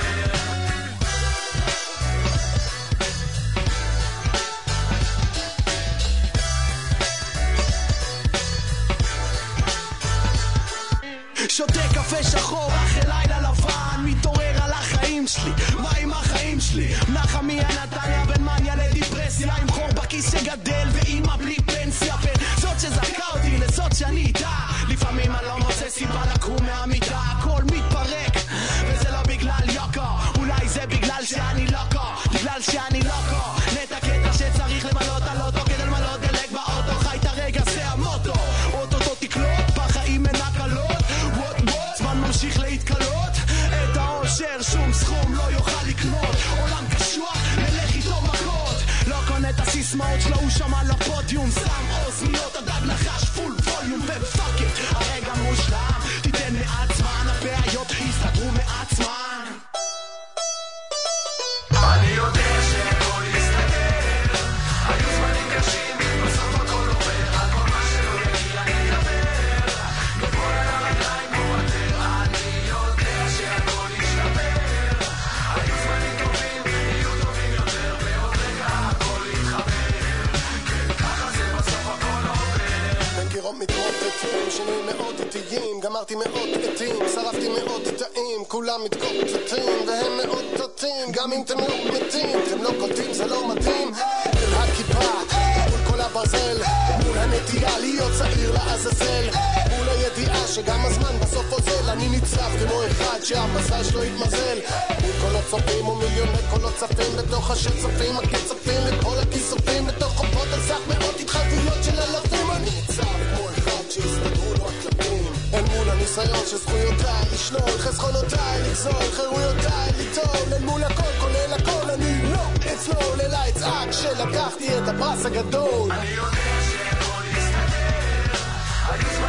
שותה קפה שחור אחרי לילה לבן, מתעורר על החיים שלי, מה עם החיים שלי? נחמי הנתניה בין מניה לדיפרסיה, עם חור בכיס שגדל ואימא בלי פנסיה, בין זאת שזרקה אותי לזאת שאני איתה, לפעמים אני לא מוצא סיבה לקום מהמיטה, הכל מתפרק וזה לא בגלל יוקו, אולי זה בגלל שאני לוקו, בגלל שאני לוקו, נטע קטע שצריך למלות על אוטו כדי למלות דלק באוטו, חי את הרגע זה המוטו, אוטוטו תקלוט, בחיים אין הקלות, זמן ממשיך להתקלות, את האושר שום סכום לא יוכל לקנות, עולם קשוח, נלך איתו מכות, לא קונה את הסיסמאות שלו, הוא שם על הפודיום, שם אוזניות הדג נחש פול ווליום ופאק איט, הרגע מושלם, תיתן מעט זמן, הבעיות יסתדרו מעצמן. אני יודע שהכל יסתדר, היו זמנים קשים, בסוף הכל עובר, הכל מה שלא יגיע נקבר, מתים, שינוי מאוד איטיים, גמרתי מאוד עתים, שרפתי מאוד איטאים, כולם מתקוטטים והם מאוד תותים, גם אם אתם לא מתים, אתם לא קולטים, זה לא מתאים. מול הכיפה, מול כל הברזל, מול הנטייה להיות צעיר לעזאזל, מול הידיעה שגם הזמן בסוף עוזל, אני ניצב כמו אחד שהמזל שלו התמזל, מול קולות צופים ומיליוני קולות צפים בתוך השצפים הקצפים וכל הכיסופים בתוך חופות על סך מאות התחייבויות של אלפים. אני ניצב כמו אחד שהסתדרו לו הקלפים, אל מול הניסיון של זכויותיי לשלול, חסכונותיי לגזול, חירויותיי ליטול, אל מול הכל כולל הכל אני לא אצלול, אלא אצעק שלקחתי את הפרס הגדול. אני יודע שיכול להסתדר, אני